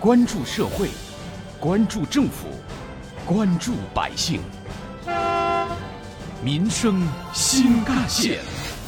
关注社会，关注政府，关注百姓，民生新干线。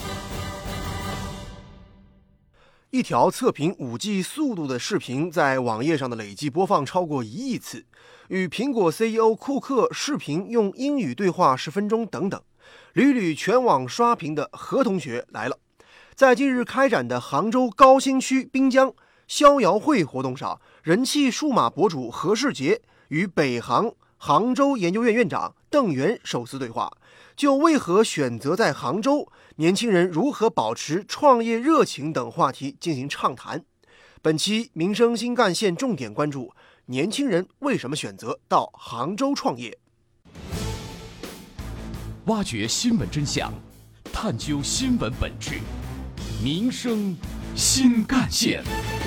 一条测评 5G 速度的视频在网页上的累计播放超过1亿次，与苹果 CEO 库克视频用英语对话10分钟等等，屡屡全网刷屏的何同学来了。在近日开展的杭州高新区滨江逍遥会活动上，人气数码博主何世杰与北航杭州研究院院长邓源首次对话，就为何选择在杭州、年轻人如何保持创业热情等话题进行畅谈。本期民生新干线重点关注年轻人为什么选择到杭州创业， 挖掘新闻真相，探究新闻本质，民生新干线。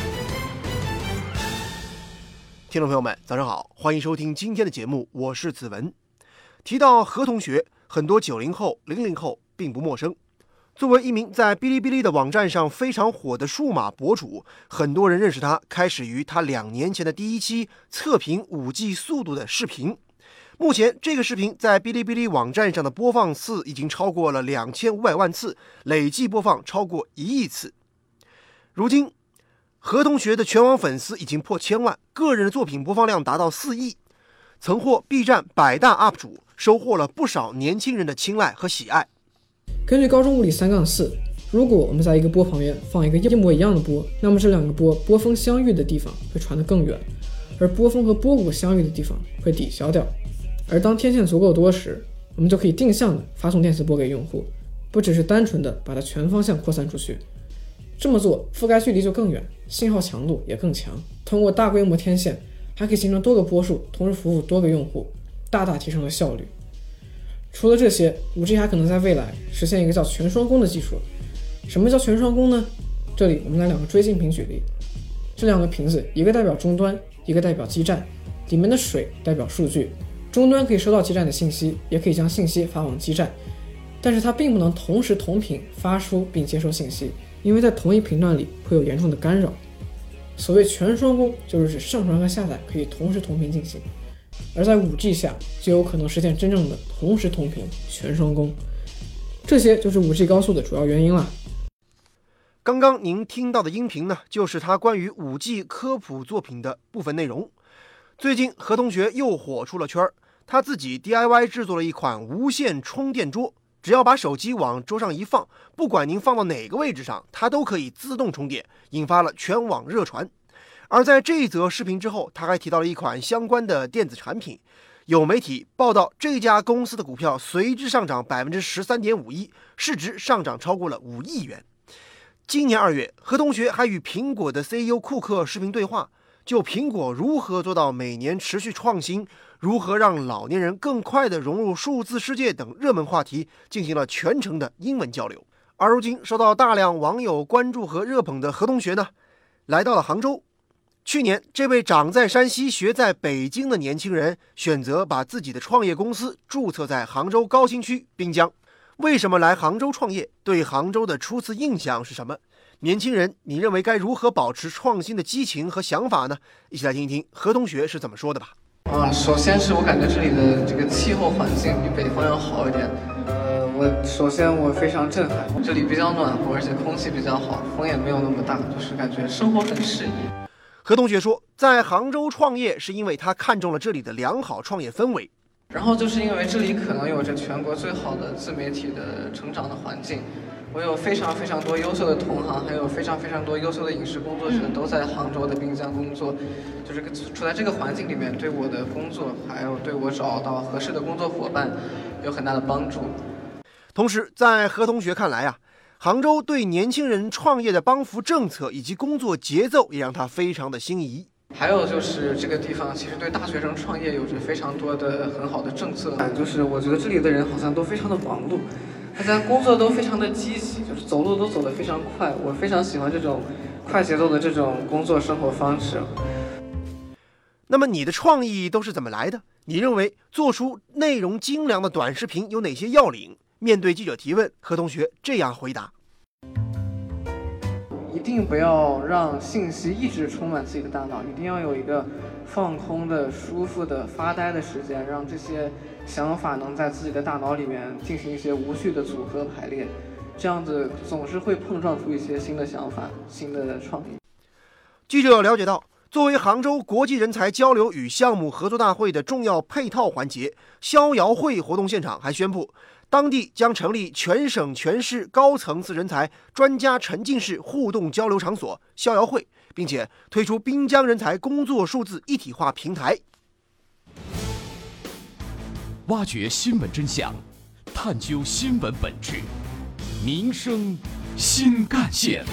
听众朋友们，早上好，欢迎收听今天的节目，我是子文。提到何同学，很多90后、00后并不陌生。作为一名在哔哩哔哩的网站上非常火的数码博主，很多人认识他开始于他2年前的第一期测评 5G 速度的视频。目前这个视频在哔哩哔哩网站上的播放次已经超过了2500万次，累计播放超过1亿次。如今何同学的全网粉丝已经破1000万，个人的作品播放量达到4亿，曾获 B 站100大 UP 主，收获了不少年轻人的青睐和喜爱。 根据高中物理3-4，如果我们在一个波旁边放一个一模一样的波，那么这两个波峰相遇的地方会传得更远，而波峰和波谷相遇的地方会抵消掉。而当天线足够多时，我们就可以定向的发送电磁波给用户，不只是单纯的把它全方向扩散出去。这么做覆盖距离就更远，信号强度也更强。通过大规模天线，还可以形成多个波束，同时服务多个用户，大大提升了效率。除了这些， 5G 还可能在未来实现一个叫全双工的技术。什么叫全双工呢？这里我们拿2个锥镜屏举例，这2个瓶子，一个代表终端，一个代表基站，里面的水代表数据，终端可以收到基站的信息，也可以将信息发往基站，但是它并不能同时同频发出并接收信息，因为在同一频段里会有严重的干扰。所谓全双工，就是指上传和下载可以同时同频进行，而在 5G 下就有可能实现真正的同时同频全双工。这些就是 5G 高速的主要原因了。 刚刚您听到的音频呢，就是他关于 5G 科普作品的部分内容。最近何同学又火出了圈，他自己 DIY 制作了一款无线充电桌，只要把手机往桌上一放，不管您放到哪个位置上，它都可以自动充电，引发了全网热传。而在这一则视频之后，他还提到了一款相关的电子产品，有媒体报道这家公司的股票随之上涨 13.51%， 市值上涨超过了5亿元。今年2月，何同学还与苹果的 CEO 库克视频对话，就苹果如何做到每年持续创新，如何让老年人更快地融入数字世界等热门话题进行了全程的英文交流。而如今受到大量网友关注和热捧的何同学呢，来到了杭州。去年，这位长在山西学在北京的年轻人选择把自己的创业公司注册在杭州高新区滨江。为什么来杭州创业？对杭州的初次印象是什么？年轻人，你认为该如何保持创新的激情和想法呢？一起来听一听何同学是怎么说的吧。 首先是我感觉这里的这个气候环境比北方要好一点。我非常震撼，这里比较暖和，而且空气比较好，风也没有那么大，就是感觉生活很适宜。 何同学说，在杭州创业是因为他看中了这里的良好创业氛围。 然后就是因为这里可能有着全国最好的自媒体的成长的环境，我有非常非常多优秀的同行，还有非常非常多优秀的影视工作者都在杭州的滨江工作，就是处在这个环境里面，对我的工作还有对我找到合适的工作伙伴有很大的帮助。 同时在何同学看来啊，杭州对年轻人创业的帮扶政策以及工作节奏也让他非常的心仪。 还有就是这个地方其实对大学生创业有着非常多的很好的政策，就是我觉得这里的人好像都非常的忙碌，大家工作都非常的积极，就是走路都走得非常快，我非常喜欢这种快节奏的这种工作生活方式。 那么你的创意都是怎么来的？你认为做出内容精良的短视频有哪些要领？面对记者提问，何同学这样回答： 一定不要让信息一直充满自己的大脑，一定要有一个放空的、舒服的、发呆的时间，让这些想法能在自己的大脑里面进行一些无序的组合排列，这样子总是会碰撞出一些新的想法、新的创意。 记者了解到，作为杭州国际人才交流与项目合作大会的重要配套环节，逍遥会活动现场还宣布，当地将成立全省全市高层次人才专家沉浸式互动交流场所逍遥会，并且推出滨江人才工作数字一体化平台。 挖掘新闻真相，探究新闻本质，民生新干线。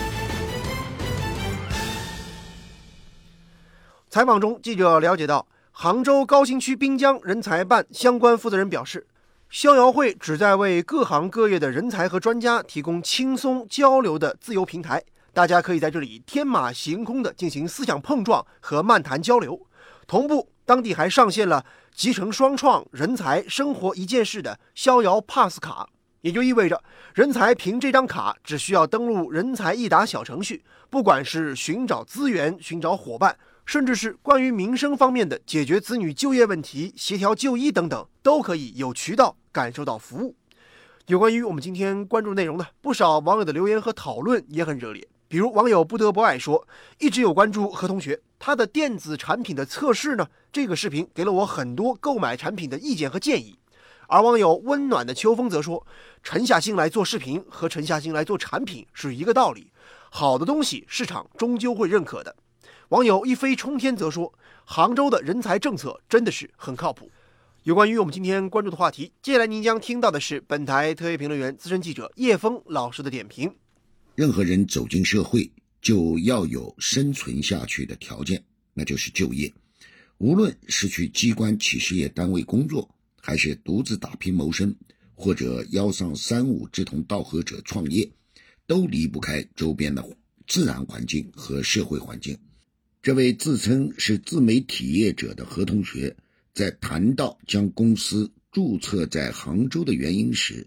采访中，记者了解到，杭州高新区滨江人才办相关负责人表示，逍遥会旨在为各行各业的人才和专家提供轻松交流的自由平台，大家可以在这里天马行空地进行思想碰撞和漫谈交流。同步，当地还上线了集成双创人才生活一件事的逍遥 Pass 卡，也就意味着人才凭这张卡只需要登录人才易达小程序，不管是寻找资源、寻找伙伴，甚至是关于民生方面的解决子女就业问题、协调就医等等，都可以有渠道感受到服务。有关于我们今天关注内容呢，不少网友的留言和讨论也很热烈。比如网友不得不爱说，一直有关注何同学，他的电子产品的测试呢，这个视频给了我很多购买产品的意见和建议。而网友温暖的秋风则说，沉下心来做视频和沉下心来做产品是一个道理，好的东西市场终究会认可的。网友一飞冲天则说，杭州的人才政策真的是很靠谱。有关于我们今天关注的话题，接下来您将听到的是本台特约评论员、资深记者叶峰老师的点评。 任何人走进社会就要有生存下去的条件，那就是就业。无论是去机关企事业单位工作，还是独自打拼谋生，或者邀上3、5志同道合者创业，都离不开周边的自然环境和社会环境。这位自称是自媒体业者的何同学，在谈到将公司注册在杭州的原因时，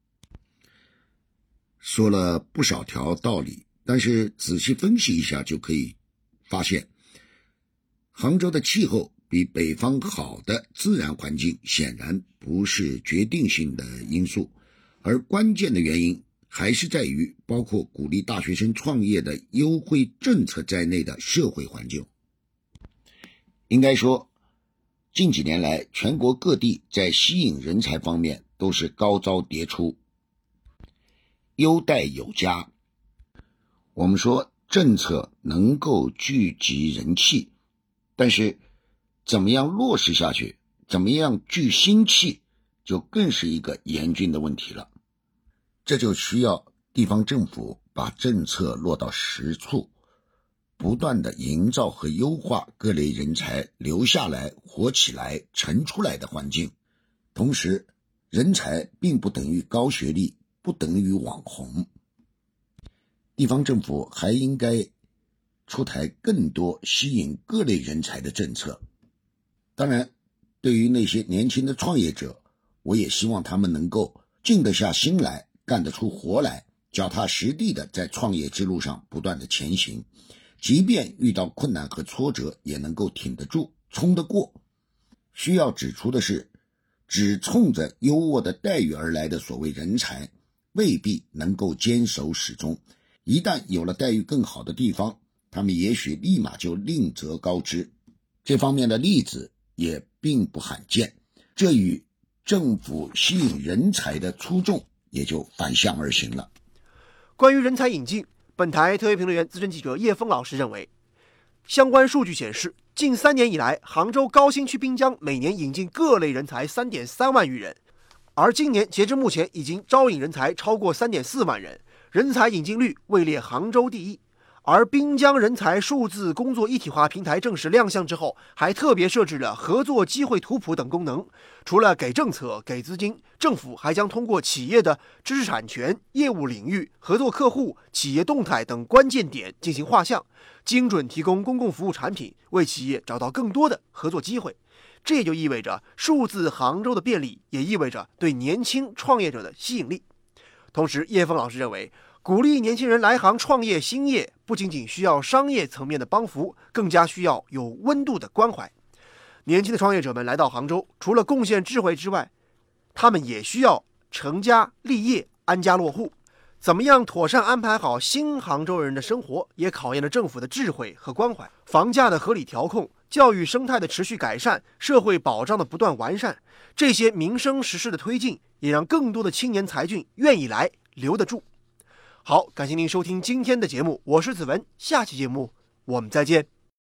说了不少条道理，但是仔细分析一下就可以发现，杭州的气候比北方好的自然环境显然不是决定性的因素，而关键的原因还是在于包括鼓励大学生创业的优惠政策在内的社会环境。应该说，近几年来全国各地在吸引人才方面都是高招迭出，优待有加。我们说政策能够聚集人气，但是怎么样落实下去，怎么样聚心气，就更是一个严峻的问题了。这就需要地方政府把政策落到实处，不断的营造和优化各类人才留下来、活起来、沉出来的环境。同时，人才并不等于高学历，不等于网红。地方政府还应该出台更多吸引各类人才的政策。当然，对于那些年轻的创业者，我也希望他们能够静得下心来，干得出活来，脚踏实地的在创业之路上不断的前行，即便遇到困难和挫折，也能够挺得住，冲得过。需要指出的是，只冲着优渥的待遇而来的所谓人才，未必能够坚守始终。一旦有了待遇更好的地方，他们也许立马就另择高枝。这方面的例子也并不罕见，这与政府吸引人才的初衷也就反向而行了。 关于人才引进，本台特约评论员、资深记者叶峰老师认为，相关数据显示，近3年以来，杭州高新区滨江每年引进各类人才 3.3 万余人，而今年截至目前已经招引人才超过 3.4 万人，人才引进率位列杭州第一。而滨江人才数字工作一体化平台正式亮相之后，还特别设置了合作机会图谱等功能。除了给政策、给资金，政府还将通过企业的知识产权、业务领域、合作客户、企业动态等关键点进行画像，精准提供公共服务产品，为企业找到更多的合作机会。这也就意味着数字杭州的便利，也意味着对年轻创业者的吸引力。同时，叶峰老师认为， 鼓励年轻人来杭创业兴业，不仅仅需要商业层面的帮扶，更加需要有温度的关怀。年轻的创业者们来到杭州，除了贡献智慧之外，他们也需要成家立业、安家落户。怎么样妥善安排好新杭州人的生活，也考验了政府的智慧和关怀。房价的合理调控、教育生态的持续改善、社会保障的不断完善，这些民生实事的推进，也让更多的青年才俊愿意来，留得住。好，感谢您收听今天的节目，我是子文，下期节目我们再见。